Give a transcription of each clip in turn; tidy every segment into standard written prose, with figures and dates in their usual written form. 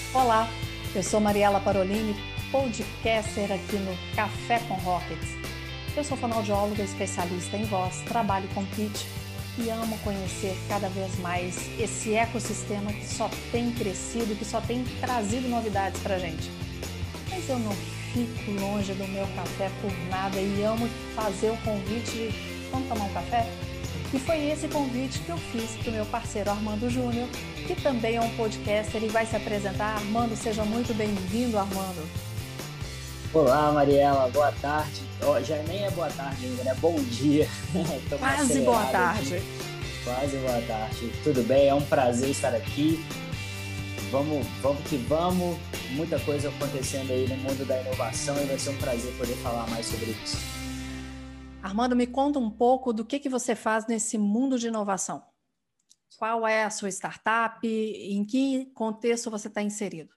Olá, eu sou Mariela Parolini, podcaster aqui no Café com Rockets. Eu sou fonoaudióloga especialista em voz, trabalho com pitch e amo conhecer cada vez mais esse ecossistema que só tem crescido, que só tem trazido novidades pra gente. Mas eu não fico longe do meu café por nada e amo fazer o convite de vamos tomar um café? E foi esse convite que eu fiz para o meu parceiro Armando Júnior, que também é um podcaster e vai se apresentar. Armando, seja muito bem-vindo, Armando. Olá, Mariela, boa tarde. Já nem é boa tarde ainda, né? Bom dia. Quase boa tarde. Quase boa tarde. Tudo bem? É um prazer estar aqui. Vamos que vamos. Muita coisa acontecendo aí no mundo da inovação e vai ser um prazer poder falar mais sobre isso. Armando, me conta um pouco do que você faz nesse mundo de inovação. Qual é a sua startup? Em que contexto você está inserido?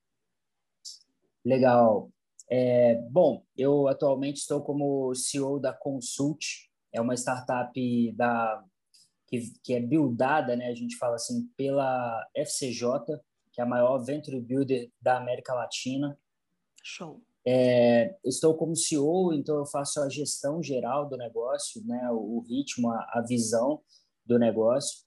Legal. Bom, eu atualmente estou como CEO da Consult. É uma startup que é buildada, né? A gente fala assim, pela FCJ, que é a maior venture builder da América Latina. Show. Estou como CEO, então eu faço a gestão geral do negócio, né? O ritmo, a visão do negócio.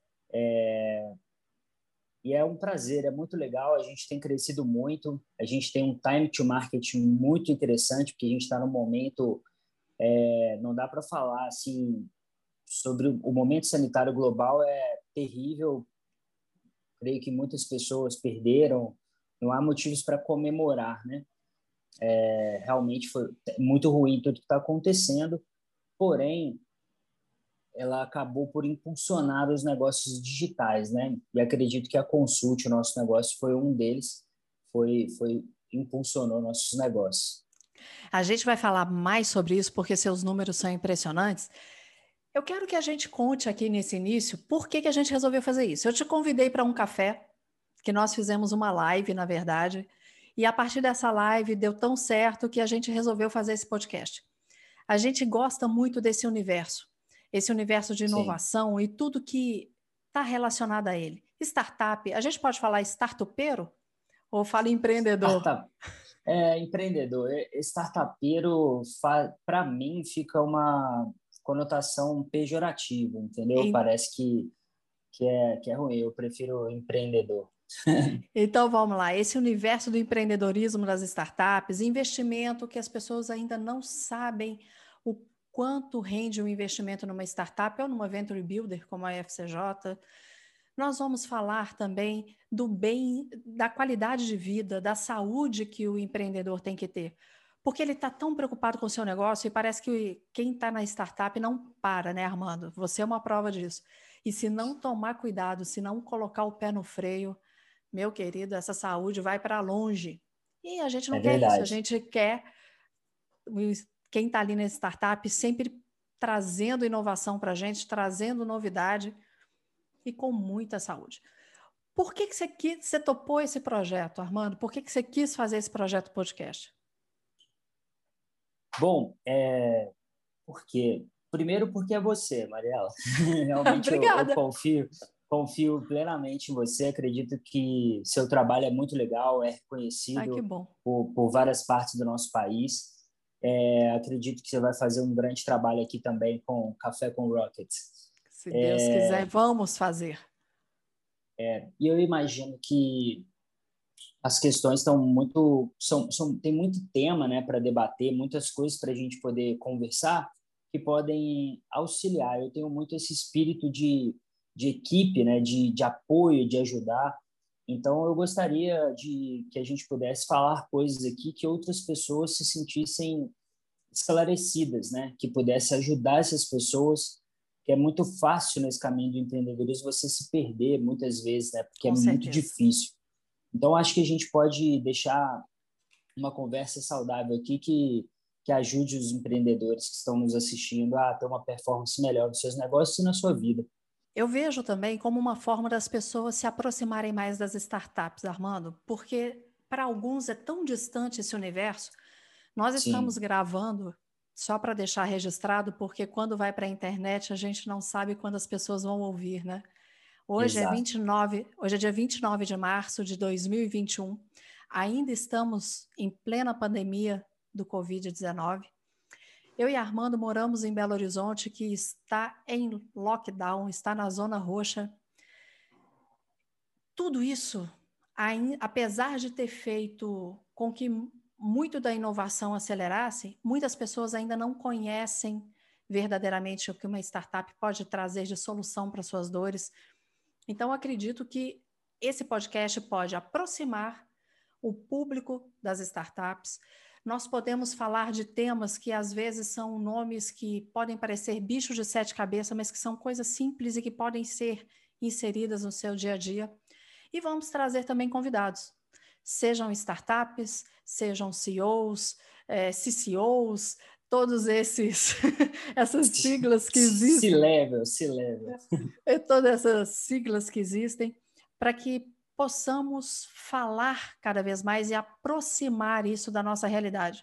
E é um prazer, é muito legal. A gente tem crescido muito, a gente tem um time to market muito interessante, porque a gente está no momento, não dá para falar assim sobre o momento sanitário global, é terrível. Creio que muitas pessoas perderam, não há motivos para comemorar, né? Realmente foi muito ruim tudo que está acontecendo, porém, ela acabou por impulsionar os negócios digitais, né? E acredito que a Consult, o nosso negócio, foi um deles, impulsionou nossos negócios. A gente vai falar mais sobre isso porque seus números são impressionantes. Eu quero que a gente conte aqui nesse início por que a gente resolveu fazer isso. Eu te convidei para um café, que nós fizemos uma live, na verdade, e a partir dessa live deu tão certo que a gente resolveu fazer esse podcast. A gente gosta muito desse universo, esse universo de Sim. inovação e tudo que está relacionado a ele. Startup, a gente pode falar startupeiro ou fala empreendedor? Empreendedor, startupeiro, para mim, fica uma conotação pejorativa, entendeu? Parece que é ruim. Eu prefiro empreendedor. Então vamos lá, esse universo do empreendedorismo das startups, investimento que as pessoas ainda não sabem o quanto rende um investimento numa startup ou numa venture builder como a FCJ. Nós vamos falar também do bem, da qualidade de vida, da saúde que o empreendedor tem que ter. Porque ele está tão preocupado com o seu negócio e parece que quem está na startup não para, né, Armando? Você é uma prova disso. E se não tomar cuidado, se não colocar o pé no freio, meu querido, essa saúde vai para longe. E a gente não É quer isso, a verdade. gente quer quem está ali nessa startup sempre trazendo inovação para a gente, trazendo novidade e com muita saúde. Por que você topou esse projeto, Armando? Por que você quis fazer esse projeto podcast? Bom, primeiro porque é você, Mariela. Realmente eu Obrigada. confio plenamente em você. Acredito que seu trabalho é muito legal, é Ai, que reconhecido bom. por várias partes do nosso país. Acredito que você vai fazer um grande trabalho aqui também com Café com Rockets. Se Deus quiser, vamos fazer. E eu imagino que as questões estão muito tem muito tema, né, para debater, muitas coisas para a gente poder conversar que podem auxiliar. Eu tenho muito esse espírito de equipe, né, de apoio, de ajudar. Então eu gostaria de que a gente pudesse falar coisas aqui que outras pessoas se sentissem esclarecidas, né, que pudesse ajudar essas pessoas, que é muito fácil nesse caminho do empreendedorismo você se perder muitas vezes, né, porque é Com muito certeza. difícil. Então, acho que a gente pode deixar uma conversa saudável aqui que ajude os empreendedores que estão nos assistindo a ter uma performance melhor nos seus negócios e na sua vida. Eu vejo também como uma forma das pessoas se aproximarem mais das startups, Armando, porque para alguns é tão distante esse universo. Nós estamos Sim, gravando só para deixar registrado, porque quando vai para a internet a gente não sabe quando as pessoas vão ouvir, né? Hoje é exato. 29, hoje é dia 29 de março de 2021. Ainda estamos em plena pandemia do Covid-19. Eu e Armando moramos em Belo Horizonte, que está em lockdown, está na zona roxa. Tudo isso, apesar de ter feito com que muito da inovação acelerasse, muitas pessoas ainda não conhecem verdadeiramente o que uma startup pode trazer de solução para suas dores. Então, acredito que esse podcast pode aproximar o público das startups. Nós podemos falar de temas que às vezes são nomes que podem parecer bichos de sete cabeças, mas que são coisas simples e que podem ser inseridas no seu dia a dia. E vamos trazer também convidados, sejam startups, sejam CEOs, CCOs, todos essas siglas que existem. C-level. Todas essas siglas que existem, para que possamos falar cada vez mais e aproximar isso da nossa realidade.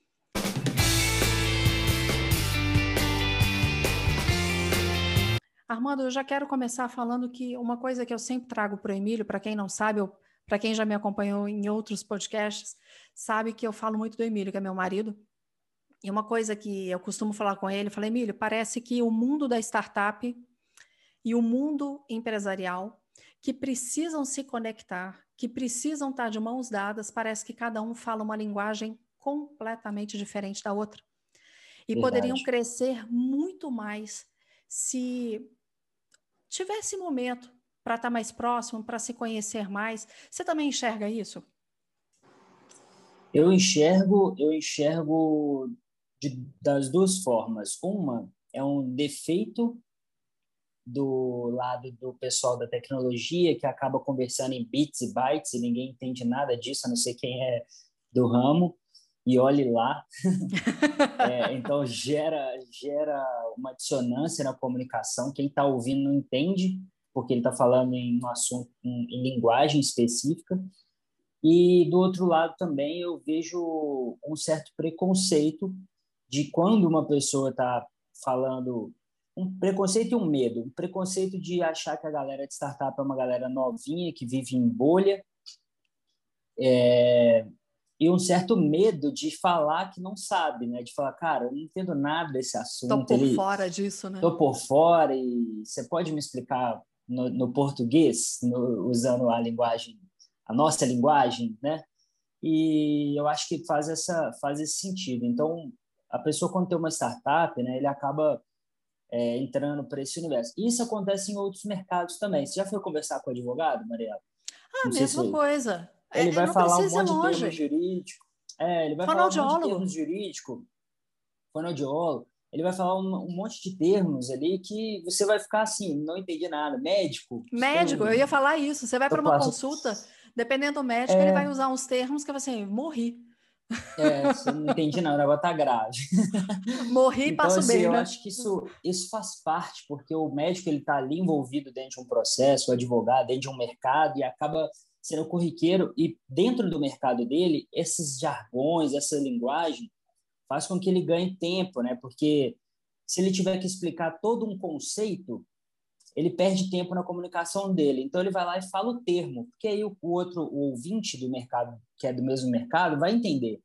Armando, eu já quero começar falando que uma coisa que eu sempre trago para o Emílio, para quem não sabe, para quem já me acompanhou em outros podcasts, sabe que eu falo muito do Emílio, que é meu marido. E uma coisa que eu costumo falar com ele, eu falei, Emílio, parece que o mundo da startup e o mundo empresarial, que precisam se conectar, que precisam estar de mãos dadas, parece que cada um fala uma linguagem completamente diferente da outra. E Verdade. poderiam crescer muito mais se tivesse momento para estar mais próximo, para se conhecer mais. Você também enxerga isso? Eu enxergo das duas formas. Uma é um defeito do lado do pessoal da tecnologia, que acaba conversando em bits e bytes, e ninguém entende nada disso, a não ser quem é do ramo, e olhe lá. Então, gera uma dissonância na comunicação. Quem está ouvindo não entende, porque ele está falando em um assunto, em linguagem específica. E, do outro lado, também eu vejo um certo preconceito de quando uma pessoa está falando, um preconceito e um medo. Um preconceito de achar que a galera de startup é uma galera novinha, que vive em bolha, e um certo medo de falar que não sabe, né? De falar, cara, eu não entendo nada desse assunto. Tô por fora disso, né? Tô por fora e você pode me explicar no português, usando a nossa linguagem, né? E eu acho que faz esse sentido. Então, a pessoa, quando tem uma startup, né, ele acaba entrando para esse universo. Isso acontece em outros mercados também. Você já foi conversar com o advogado, Mariela? Ah, Não sei mesma se coisa. ele vai Não falar um precisa ir monte de termos longe. jurídicos. Ele vai falar um monte de Fonoaudiólogo. termos jurídicos, fonoaudiólogo. Ele vai falar um monte de termos ali que você vai ficar assim, não entendi nada. Médico. Médico, eu ia falar isso. Você vai para uma consulta, dependendo do médico, ele vai usar uns termos que você assim, morri. Você não entendi nada, o negócio tá grave. Morri e Então, passo assim, bem, eu né? acho que isso faz parte, porque o médico ele está ali envolvido dentro de um processo, o advogado dentro de um mercado e acaba sendo corriqueiro. E dentro do mercado dele, esses jargões, essa linguagem, faz com que ele ganhe tempo, né? Porque se ele tiver que explicar todo um conceito, ele perde tempo na comunicação dele. Então, ele vai lá e fala o termo, porque aí o ouvinte do mercado, que é do mesmo mercado, vai entender.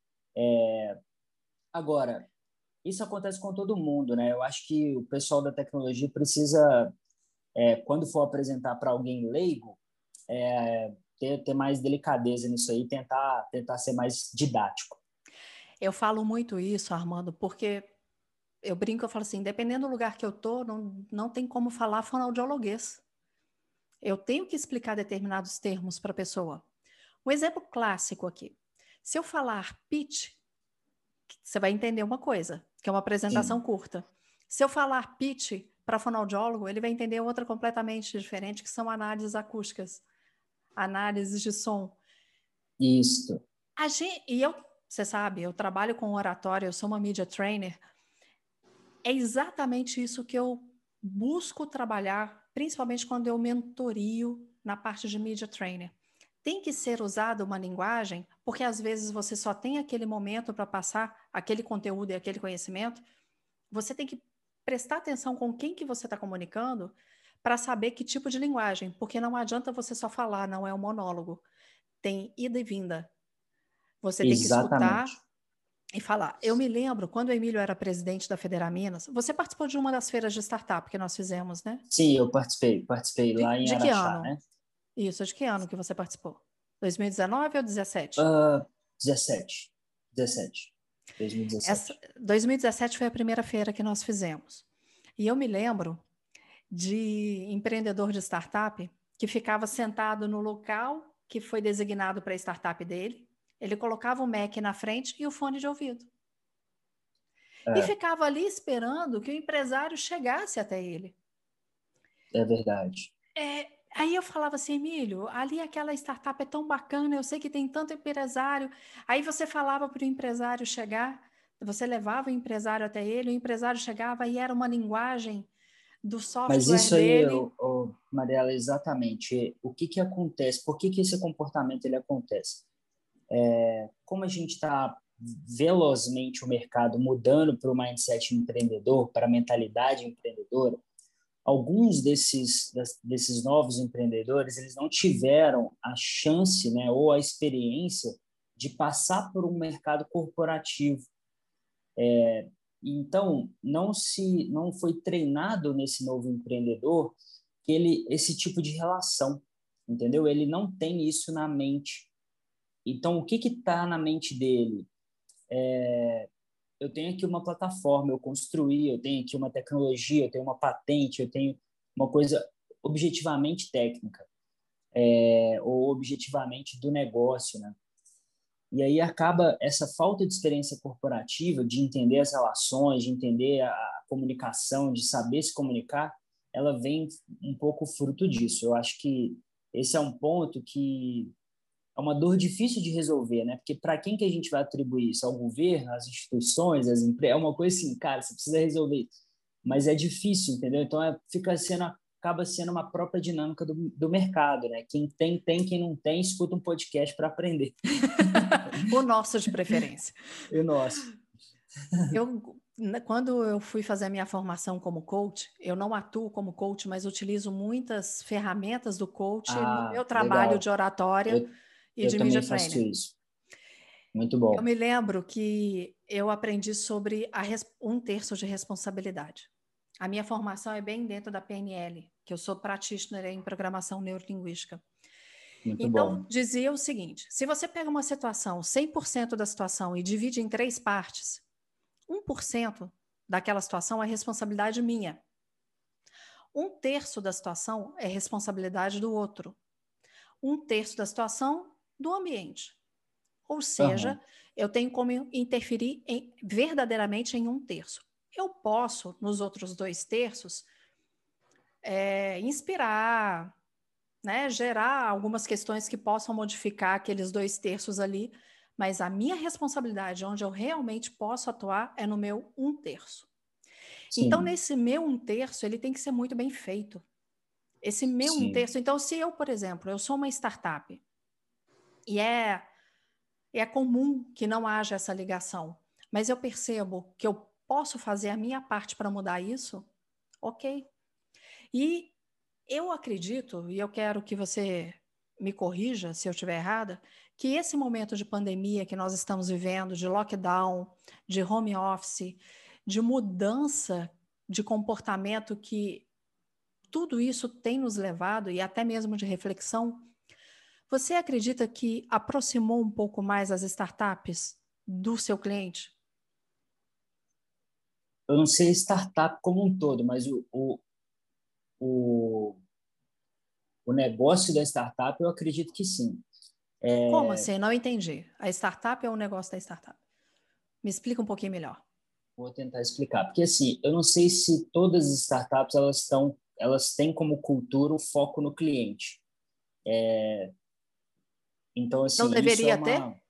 Agora, isso acontece com todo mundo, né? Eu acho que o pessoal da tecnologia precisa, quando for apresentar para alguém leigo, ter mais delicadeza nisso aí, tentar ser mais didático. Eu falo muito isso, Armando, porque eu brinco, eu falo assim, dependendo do lugar que eu tô, não tem como falar fonoaudiologuês. Eu tenho que explicar determinados termos para a pessoa. Um exemplo clássico aqui. Se eu falar pitch, você vai entender uma coisa, que é uma apresentação curta. Se eu falar pitch para fonoaudiólogo, ele vai entender outra completamente diferente, que são análises acústicas, análises de som. Isso. Você sabe, eu trabalho com oratório, eu sou uma media trainer. É exatamente isso que eu busco trabalhar, principalmente quando eu mentorio na parte de media trainer. Tem que ser usada uma linguagem, porque às vezes você só tem aquele momento para passar aquele conteúdo e aquele conhecimento. Você tem que prestar atenção com quem que você está comunicando para saber que tipo de linguagem, porque não adianta você só falar, não é um monólogo. tem ida e vinda. Você tem que escutar Exatamente. e falar. Eu me lembro, quando o Emílio era presidente da Federaminas, você participou de uma das feiras de startup que nós fizemos, né? Sim, eu participei lá em De que Araxá, ano? né? Isso, de que ano que você participou? 2019 ou 17? 17, 17, 2017. 2017 foi a primeira feira que nós fizemos. E eu me lembro de empreendedor de startup que ficava sentado no local que foi designado para a startup dele. Ele colocava o Mac na frente e o fone de ouvido. E É, ficava ali esperando que o empresário chegasse até ele. é verdade. Aí eu falava assim, Emílio, ali aquela startup é tão bacana, eu sei que tem tanto empresário. Aí você falava para o empresário chegar, você levava o empresário até ele, o empresário chegava e era uma linguagem do Mas software isso aí, dele. Mariela, exatamente o que que acontece, por que que esse comportamento ele acontece? Como a gente está velozmente o mercado mudando para o mindset empreendedor, para a mentalidade empreendedora, alguns desses novos empreendedores eles não tiveram a chance, né, ou a experiência de passar por um mercado corporativo. Então, não foi treinado nesse novo empreendedor que esse tipo de relação, entendeu? Ele não tem isso na mente. Então, o que está na mente dele? Eu tenho aqui uma plataforma, eu construí, eu tenho aqui uma tecnologia, eu tenho uma patente, eu tenho uma coisa objetivamente técnica, ou objetivamente do negócio, né? E aí acaba essa falta de experiência corporativa, de entender as relações, de entender a comunicação, de saber se comunicar, ela vem um pouco fruto disso. Eu acho que esse é um ponto que é uma dor difícil de resolver, né? Porque para quem que a gente vai atribuir isso? Ao governo, às instituições, às empresas? É uma coisa assim, cara, você precisa resolver isso. Mas é difícil, entendeu? Então acaba sendo uma própria dinâmica do mercado, né? Quem tem, quem não tem, escuta um podcast para aprender. O nosso de preferência. E o nosso. Quando eu fui fazer a minha formação como coach, eu não atuo como coach, mas utilizo muitas ferramentas do coach no Ah, meu trabalho legal. de oratória Eu, e eu de também media faço trainer. isso. Muito Eu bom. me lembro que eu aprendi sobre um terço de responsabilidade. A minha formação é bem dentro da PNL, que eu sou practitioner em programação neurolinguística. Muito Então, bom. dizia o seguinte: se você pega uma situação, 100% da situação, e divide em 3 partes, 1% daquela situação é responsabilidade minha. 1/3 da situação é responsabilidade do outro. 1/3 da situação do ambiente. Ou seja, Aham. eu tenho como interferir verdadeiramente em 1/3. Eu posso, nos outros 2/3, inspirar, né, gerar algumas questões que possam modificar aqueles 2/3 ali, mas a minha responsabilidade, onde eu realmente posso atuar, é no meu 1/3. Então, Sim, nesse meu 1/3, ele tem que ser muito bem feito. Esse meu um sim. terço. Então, se eu, por exemplo, eu sou uma startup e é comum que não haja essa ligação, mas eu percebo que eu posso fazer a minha parte para mudar isso, ok. E eu acredito, e eu quero que você me corrija se eu estiver errada, que esse momento de pandemia que nós estamos vivendo, de lockdown, de home office, de mudança de comportamento que tudo isso tem nos levado, e até mesmo de reflexão, você acredita que aproximou um pouco mais as startups do seu cliente? Eu não sei startup como um todo, mas o, o negócio da startup eu acredito que sim. Como assim? Não entendi. A startup é o negócio da startup. Me explica um pouquinho melhor. Vou tentar explicar, porque assim, eu não sei se todas as startups elas têm como cultura o foco no cliente. Então Não assim, isso é deveria ter? uma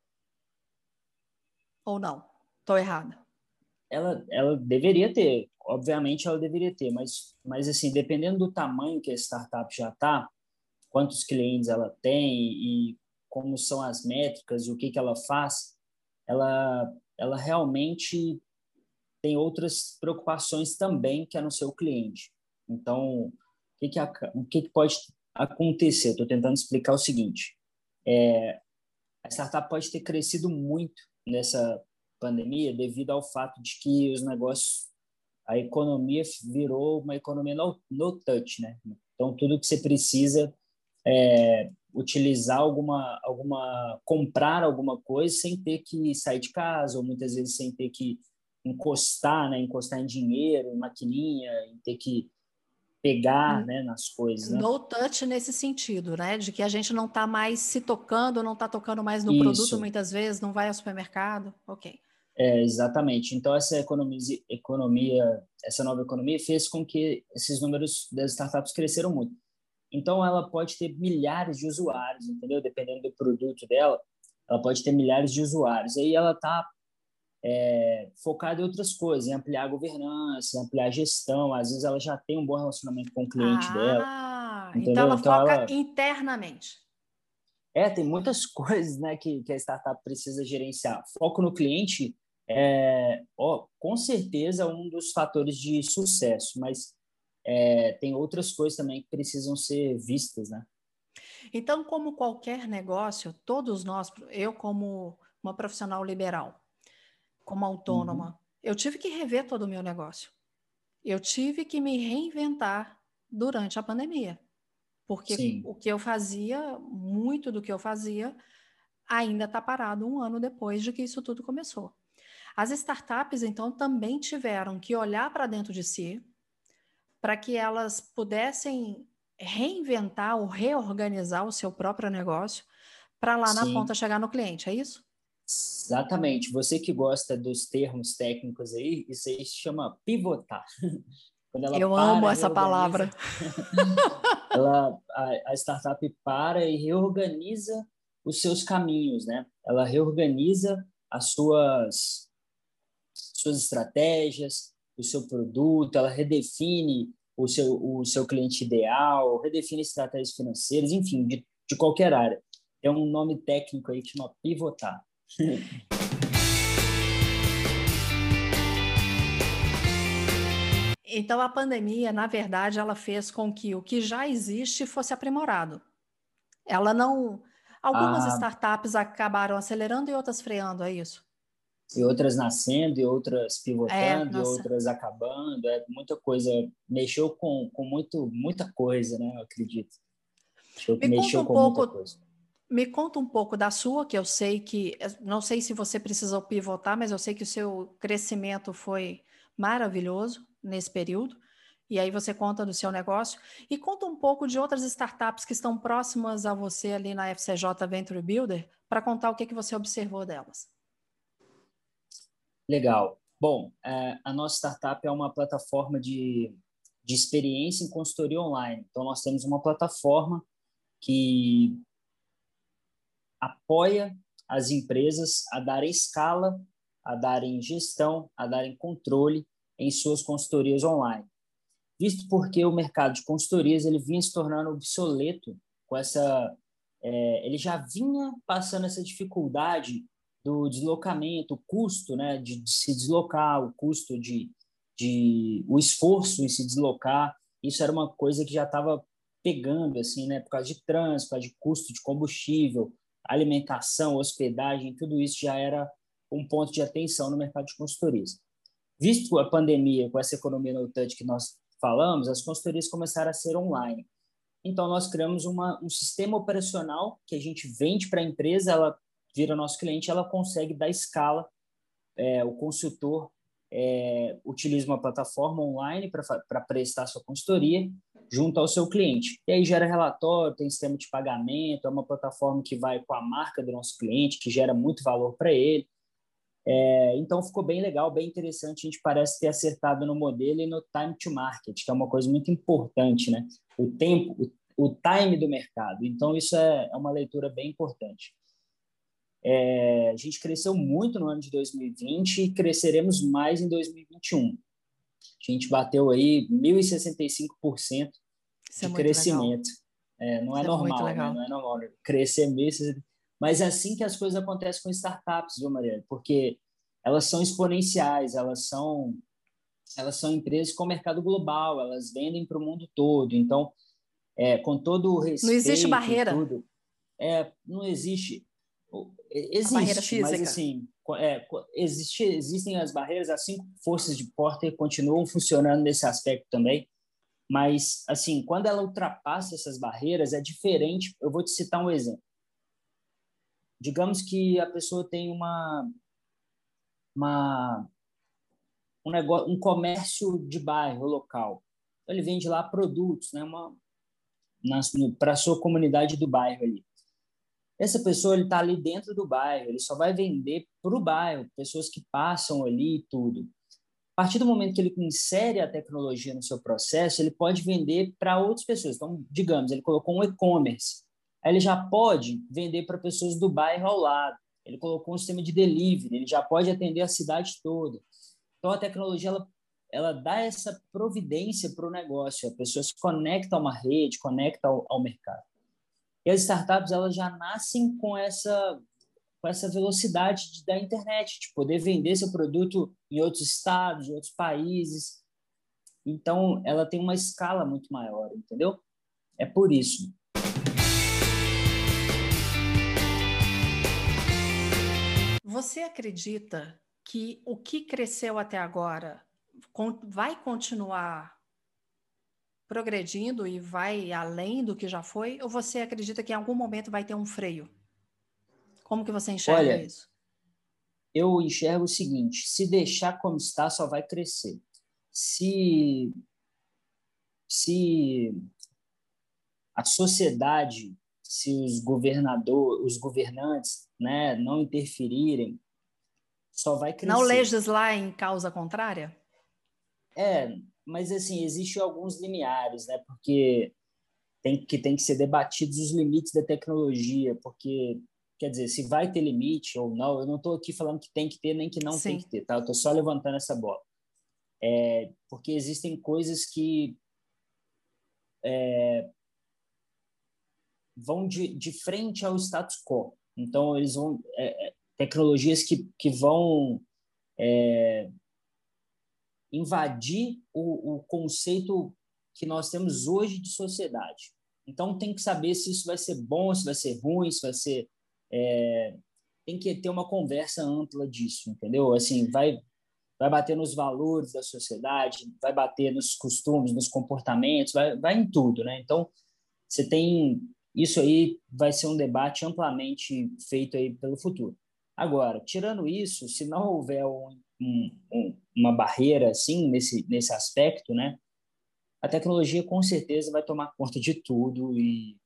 Ou não? Estou errada. ela deveria ter, obviamente ela deveria ter, mas assim, dependendo do tamanho que a startup já está, quantos clientes ela tem e como são as métricas e o que que ela faz, ela realmente tem outras preocupações também que é no seu cliente. Então, o que que pode acontecer? Estou tentando explicar o seguinte: A startup pode ter crescido muito nessa pandemia devido ao fato de que os negócios, a economia virou uma economia no touch, né? Então, tudo que você precisa utilizar comprar alguma coisa sem ter que sair de casa, ou muitas vezes sem ter que encostar, né? Encostar em dinheiro, em maquininha, em ter que pegar, né, nas coisas, né? No touch nesse sentido, né? De que a gente não está mais se tocando, não está tocando mais no produto Isso, muitas vezes, não vai ao supermercado. Ok. exatamente. Então, essa nova economia fez com que esses números das startups cresceram muito. Então, ela pode ter milhares de usuários, entendeu? Dependendo do produto dela, ela pode ter milhares de usuários. Aí ela está focada em outras coisas, em ampliar a governança, em ampliar a gestão. Às vezes ela já tem um bom relacionamento com o cliente dela, Então entendeu? ela Então, foca internamente. tem muitas coisas, né, que a startup precisa gerenciar. Foco no cliente com certeza, um dos fatores de sucesso, mas tem outras coisas também que precisam ser vistas, né? Então, como qualquer negócio, todos nós, eu como uma profissional liberal, como Uhum. autônoma, eu tive que rever todo o meu negócio. Eu tive que me reinventar durante a pandemia, porque Sim, o que eu fazia, muito do que eu fazia, ainda está parado um ano depois de que isso tudo começou. As startups, então, também tiveram que olhar para dentro de si para que elas pudessem reinventar ou reorganizar o seu próprio negócio para lá na ponta sim, chegar no cliente, é isso? exatamente. Você que gosta dos termos técnicos aí, isso aí se chama pivotar. Quando ela Eu amo para, essa reorganiza, palavra. a startup para e reorganiza os seus caminhos, né? Ela reorganiza suas estratégias, o seu produto, ela redefine o seu cliente ideal, redefine estratégias financeiras, enfim, de qualquer área. É um nome técnico aí que chama pivotar. Então, a pandemia, na verdade, ela fez com que o que já existe fosse aprimorado. Ela não. Algumas Ah, startups acabaram acelerando e outras freando, é isso? e outras nascendo, e outras É, pivotando, e nossa. outras acabando. Muita coisa. Mexeu com muita coisa, né? Eu acredito. Me conta Mexeu um com muita pouco, coisa. me conta um pouco da sua, que eu sei que, não sei se você precisou pivotar, mas eu sei que o seu crescimento foi maravilhoso nesse período. E aí você conta do seu negócio e conta um pouco de outras startups que estão próximas a você ali na FCJ Venture Builder, para contar o que você observou delas. Legal. Bom, a nossa startup é uma plataforma de experiência em consultoria online. Então, nós temos uma plataforma que apoia as empresas a darem escala, a darem gestão, a darem controle em suas consultorias online. Visto porque o mercado de consultorias ele vinha se tornando obsoleto com ele já vinha passando essa dificuldade do deslocamento, o custo, né, de se deslocar, o custo o esforço em se deslocar. Isso era uma coisa que já estava pegando, assim, né, por causa de trânsito, por causa de custo de combustível, alimentação, hospedagem, tudo isso já era um ponto de atenção no mercado de consultorias. Visto a pandemia, com essa economia no touch que nós falamos, as consultorias começaram a ser online. Então, nós criamos um sistema operacional que a gente vende para a empresa, ela vira nosso cliente, ela consegue dar escala. O consultor utiliza uma plataforma online para prestar sua consultoria junto ao seu cliente. E aí gera relatório, tem sistema de pagamento, é uma plataforma que vai com a marca do nosso cliente, que gera muito valor para ele. Então, ficou bem legal, bem interessante. A gente parece ter acertado no modelo e no time to market, que é uma coisa muito importante, né? O tempo, o time do mercado. Então, isso é uma leitura bem importante. A gente cresceu muito no ano de 2020 e cresceremos mais em 2021. A gente bateu aí 1.065% Isso é de muito legal. crescimento. Não é Isso é muito normal, né? legal. Não é normal crescer 1.065%. Mas é assim que as coisas acontecem com startups, viu, Mariana? Porque elas são exponenciais, elas são empresas com mercado global, elas vendem para o mundo todo. Então, com todo o Não existe respeito e barreira. tudo, não existe. A barreira Existe, mas física. assim, existem as barreiras, as 5 forças de Porter continuam funcionando nesse aspecto também, mas assim, quando ela ultrapassa essas barreiras, é diferente. Eu vou te citar um exemplo. Digamos que a pessoa tem uma um negócio, um comércio de bairro local. Então, ele vende lá produtos, né, para a sua comunidade do bairro ali. Essa pessoa ele está ali dentro do bairro, ele só vai vender para o bairro, pessoas que passam ali e tudo. A partir do momento que ele insere a tecnologia no seu processo, ele pode vender para outras pessoas. Então, digamos, ele colocou um e-commerce. Aí ele já pode vender para pessoas do bairro ao lado. Ele colocou um sistema de delivery, ele já pode atender a cidade toda. Então, a tecnologia ela dá essa providência para o negócio. A pessoa se conecta a uma rede, conecta ao mercado. E as startups elas já nascem com essa velocidade da internet, de poder vender seu produto em outros estados, em outros países. Então, ela tem uma escala muito maior, entendeu? É por isso. Você acredita que o que cresceu até agora vai continuar progredindo e vai além do que já foi? Ou você acredita que em algum momento vai ter um freio? Como que você enxerga Olha, isso? eu enxergo o seguinte: se deixar como está, só vai crescer. Se, se a sociedade, se os governantes, né, não interferirem, só vai Não crescer. legislar em causa contrária? Mas assim, existem alguns limiares, né? Porque tem que ser debatidos os limites da tecnologia, porque, quer dizer, se vai ter limite ou não, eu não estou aqui falando que tem que ter nem que não tem Sim. que ter, tá? Eu estou só levantando essa bola. Porque existem coisas que vão de frente ao status quo. Então, eles vão... tecnologias que vão invadir o conceito que nós temos hoje de sociedade. Então, tem que saber se isso vai ser bom, se vai ser ruim, se vai ser... tem que ter uma conversa ampla disso, entendeu? Assim, vai bater nos valores da sociedade, vai bater nos costumes, nos comportamentos, vai em tudo, né? Então, você tem... Isso aí vai ser um debate amplamente feito aí pelo futuro. Agora, tirando isso, se não houver uma barreira assim nesse aspecto, né? A tecnologia com certeza vai tomar conta de tudo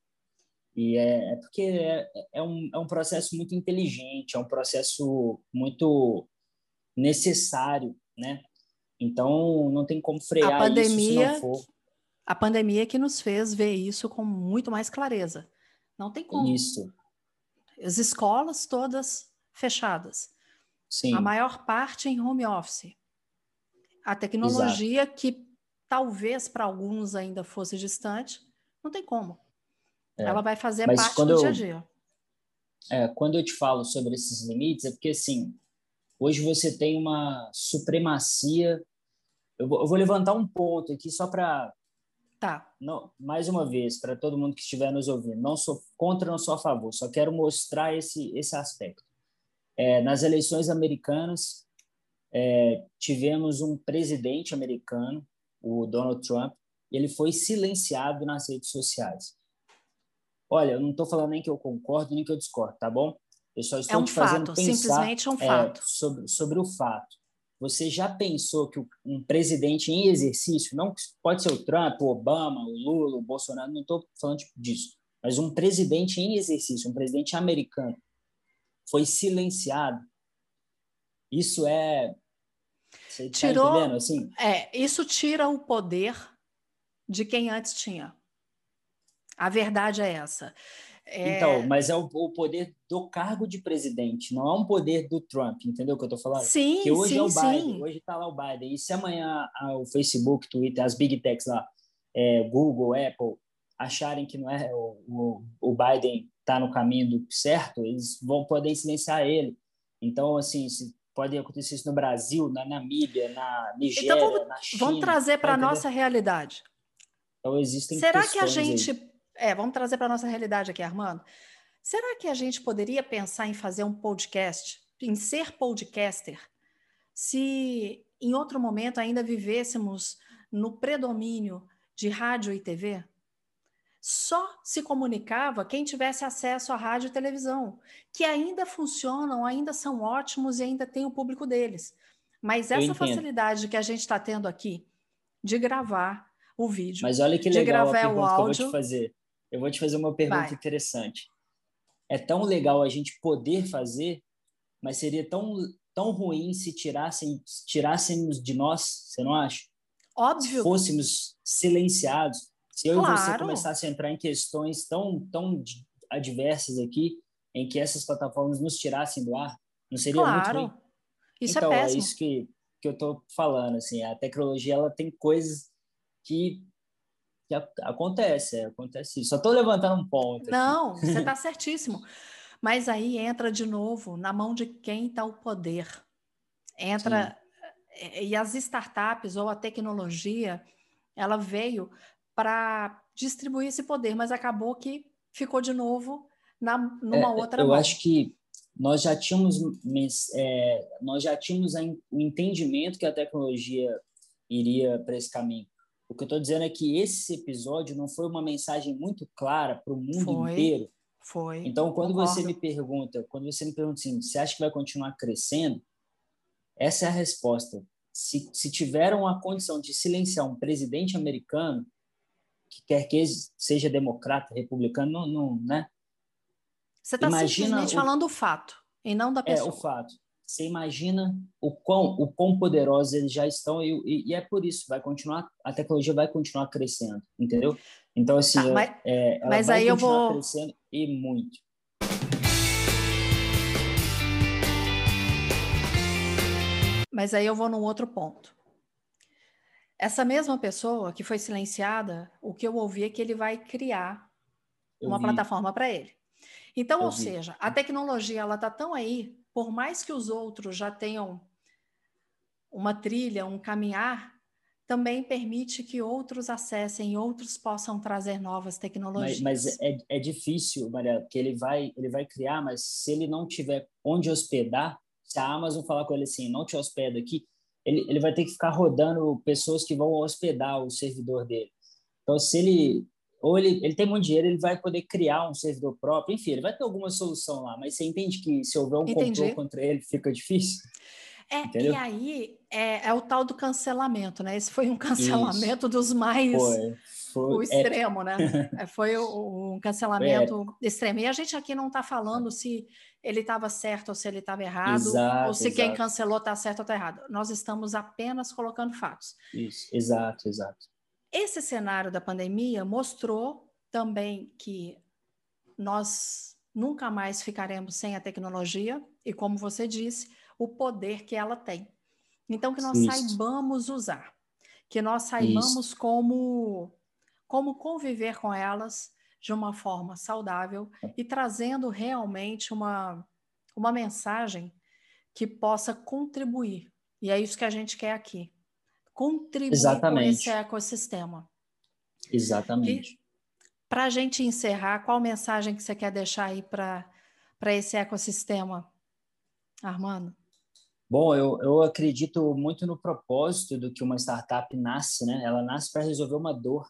e porque é um processo muito inteligente, é um processo muito necessário, né? Então não tem como A frear isso se não pandemia, for a pandemia que nos fez ver isso com muito mais clareza. Não tem como. isso. As escolas todas fechadas. A Sim, maior parte em home office. A exato. tecnologia que talvez para alguns ainda fosse distante, não tem como. Ela É. vai fazer Mas parte do dia a dia. quando eu te falo sobre esses limites, é porque assim, hoje você tem uma supremacia. Eu vou levantar um ponto aqui só para Tá. não, mais uma vez, para todo mundo que estiver nos ouvindo, não sou contra, não sou a favor, só quero mostrar esse aspecto. Nas eleições americanas, tivemos um presidente americano, o Donald Trump, e ele foi silenciado nas redes sociais. Olha, eu não estou falando nem que eu concordo, nem que eu discordo, tá bom? Eu só É estou um te fazendo fato, pensar simplesmente um fato. sobre o fato. Você já pensou que um presidente em exercício, não pode ser o Trump, o Obama, o Lula, o Bolsonaro, não estou falando disso, mas um presidente em exercício, um presidente americano, foi silenciado? Isso você está entendendo? Tirou, Assim, isso tira o poder de quem antes tinha. A verdade é essa. então, É, mas é o poder do cargo de presidente, não é um poder do Trump, entendeu o que eu estou falando? Que sim, hoje é sim, o Biden, sim. hoje está lá o Biden, e se amanhã o Facebook, Twitter, as big techs lá, Google, Apple, acharem que não é o Biden está no caminho certo, eles vão poder silenciar ele. Então, assim, pode acontecer isso no Brasil, na Namíbia, na Então Nigéria, na vamos China, trazer tá para a entendendo? nossa realidade. Então, existem Será que a questões aí. gente. Vamos trazer para a nossa realidade aqui, Armando. Será que a gente poderia pensar em fazer um podcast, em ser podcaster, se em outro momento ainda vivêssemos no predomínio de rádio e TV? Só se comunicava quem tivesse acesso à rádio e televisão, que ainda funcionam, ainda são ótimos e ainda tem o público deles. Mas Eu essa entendo. facilidade que a gente está tendo aqui de gravar o vídeo, Mas olha que de legal a gravar o pergunta que eu vou te áudio, fazer. Eu vou te fazer uma pergunta vai. interessante. É tão legal a gente poder fazer, mas seria tão ruim se tirássemos de nós, você não acha? Se Óbvio, fôssemos silenciados, se eu e você claro, começasse a entrar em questões tão adversas aqui, em que essas plataformas nos tirassem do ar, não seria muito ruim? claro. Isso é Então, é péssimo. isso que eu estou falando, assim, a tecnologia ela tem coisas que acontece isso. Só estou levantando um ponto aqui. Não, você está certíssimo. Mas aí entra de novo na mão de quem está o poder. Sim. Entra e as startups ou a tecnologia, ela veio para distribuir esse poder, mas acabou que ficou de novo numa outra Eu mão. acho que nós já tínhamos, o entendimento que a tecnologia iria para esse caminho. O que eu estou dizendo é que esse episódio não foi uma mensagem muito clara para o mundo Foi, inteiro. foi, Então, concordo. quando você me pergunta assim, você acha que vai continuar crescendo? Essa é a resposta. Se tiveram a condição de silenciar um presidente americano, que quer que seja democrata, republicano, não, né? Você está Imagina simplesmente falando o fato e não da o pessoa. fato. Você imagina o quão poderosos eles já estão e é por isso a tecnologia vai continuar crescendo, entendeu? Então assim, Tá, ela mas vai aí eu continuar vou. crescendo e muito. Mas aí eu vou num outro ponto. Essa mesma pessoa que foi silenciada, o que eu ouvi é que ele vai criar Eu uma vi, plataforma para ele. Então, ou eu vi. seja, a tecnologia ela está tão aí, por mais que os outros já tenham uma trilha, um caminhar, também permite que outros acessem, outros possam trazer novas Mas tecnologias. é difícil, Maria, porque ele vai criar, mas se ele não tiver onde hospedar, se a Amazon falar com ele assim, não te hospeda aqui, ele vai ter que ficar rodando pessoas que vão hospedar o servidor dele. Então, se ele ou ele tem muito dinheiro, ele vai poder criar um servidor próprio, enfim, ele vai ter alguma solução lá, mas você entende que se houver um complô Entendi. contra ele, fica difícil, E entendeu? aí é o tal do cancelamento, né? Esse foi um Isso, cancelamento dos mais o foi épico, extremo, né? Foi um foi cancelamento épico. extremo. E a gente aqui não está falando se ele estava certo ou se ele estava errado, ou Exato, se quem exato. cancelou está certo ou está errado. Nós estamos apenas colocando fatos. Isso, exato, exato. Esse cenário da pandemia mostrou também que nós nunca mais ficaremos sem a tecnologia e, como você disse, o poder que ela tem. Então, que nós Isso, saibamos usar, que nós isso. saibamos como conviver com elas de uma forma saudável e trazendo realmente uma mensagem que possa contribuir. E é isso que a gente quer aqui. Contribuir com esse Exatamente, ecossistema. E exatamente. para a gente encerrar, qual mensagem que você quer deixar aí para esse ecossistema, Armando? Bom, eu acredito muito no propósito do que uma startup nasce, né? Ela nasce para resolver uma dor.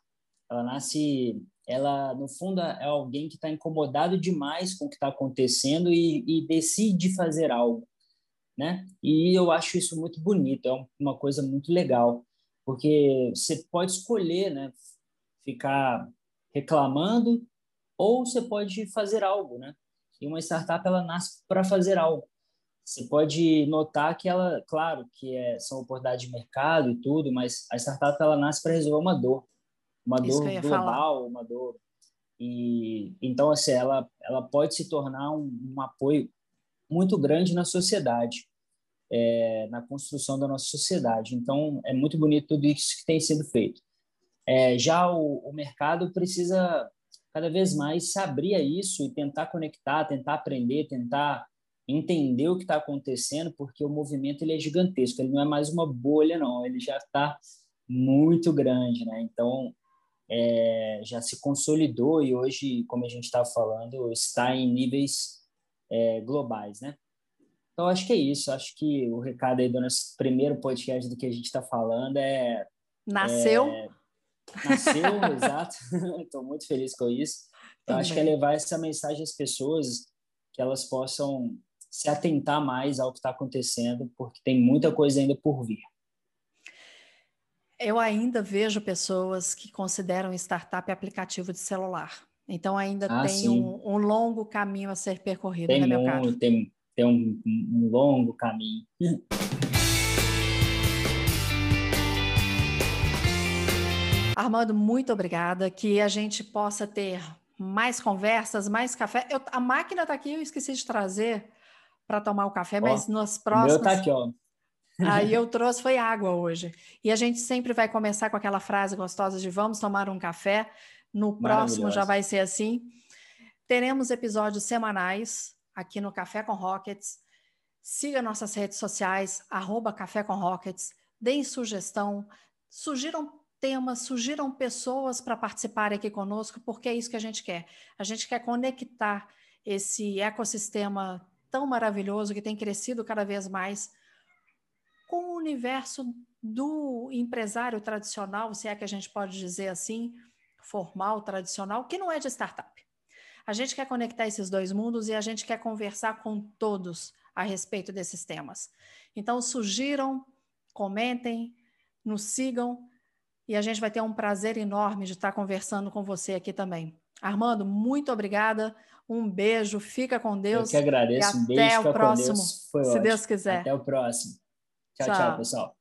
No fundo, é alguém que está incomodado demais com o que está acontecendo e decide fazer algo, né? E eu acho isso muito bonito, uma coisa muito legal, porque você pode escolher, né? Ficar reclamando ou você pode fazer algo, né? E uma startup ela nasce para fazer algo. Você pode notar que ela, claro, são oportunidades de mercado e tudo, mas a startup ela nasce para resolver uma Isso que eu dor ia falar. global, uma dor e então assim ela pode se tornar um apoio muito grande na sociedade, na construção da nossa sociedade. Então é muito bonito tudo isso que tem sido feito. Já o mercado precisa cada vez mais se abrir a isso e tentar conectar, tentar aprender, tentar entender o que está acontecendo, porque o movimento ele é gigantesco, ele não é mais uma bolha, não, ele já está muito grande, né? Então, já se consolidou e hoje, como a gente está falando, está em níveis globais, né? Então, acho que é isso. Acho que o recado aí do nosso primeiro podcast do que a gente está falando Nasceu? nasceu, exato. Estou muito feliz com isso. Eu acho que é Também. levar essa mensagem às pessoas, que elas possam se atentar mais ao que está acontecendo, porque tem muita coisa ainda por vir. Eu ainda vejo pessoas que consideram startup aplicativo de celular. Então, ainda Ah, tem sim. um longo caminho a ser percorrido, Tem né, meu caro? muito, tem um longo caminho. Armando, muito obrigada. Que a gente possa ter mais conversas, mais café. A máquina está aqui, eu esqueci de trazer para tomar o café, mas Ó, nas o meu tá próximas. aqui, ó. Aí eu trouxe foi água hoje. E a gente sempre vai começar com aquela frase gostosa de vamos tomar um café. No próximo já Maravilhoso. vai ser assim. Teremos episódios semanais aqui no Café com Rockets. Siga nossas redes sociais, @Café com Rockets. Deem sugestão, sugiram temas, sugiram pessoas para participarem aqui conosco, porque é isso que a gente quer. A gente quer conectar esse ecossistema tão maravilhoso que tem crescido cada vez mais com o universo do empresário tradicional, se é que a gente pode dizer assim, formal, tradicional, que não é de startup. A gente quer conectar esses dois mundos e a gente quer conversar com todos a respeito desses temas. Então, sugiram, comentem, nos sigam e a gente vai ter um prazer enorme de estar conversando com você aqui também. Armando, muito obrigada, um beijo, fica com Eu que Deus e agradeço. Um até beijo, o fica com próximo, Deus. Foi se Deus ótimo. quiser. Até o próximo. Tchau, tchau, Tchau. pessoal.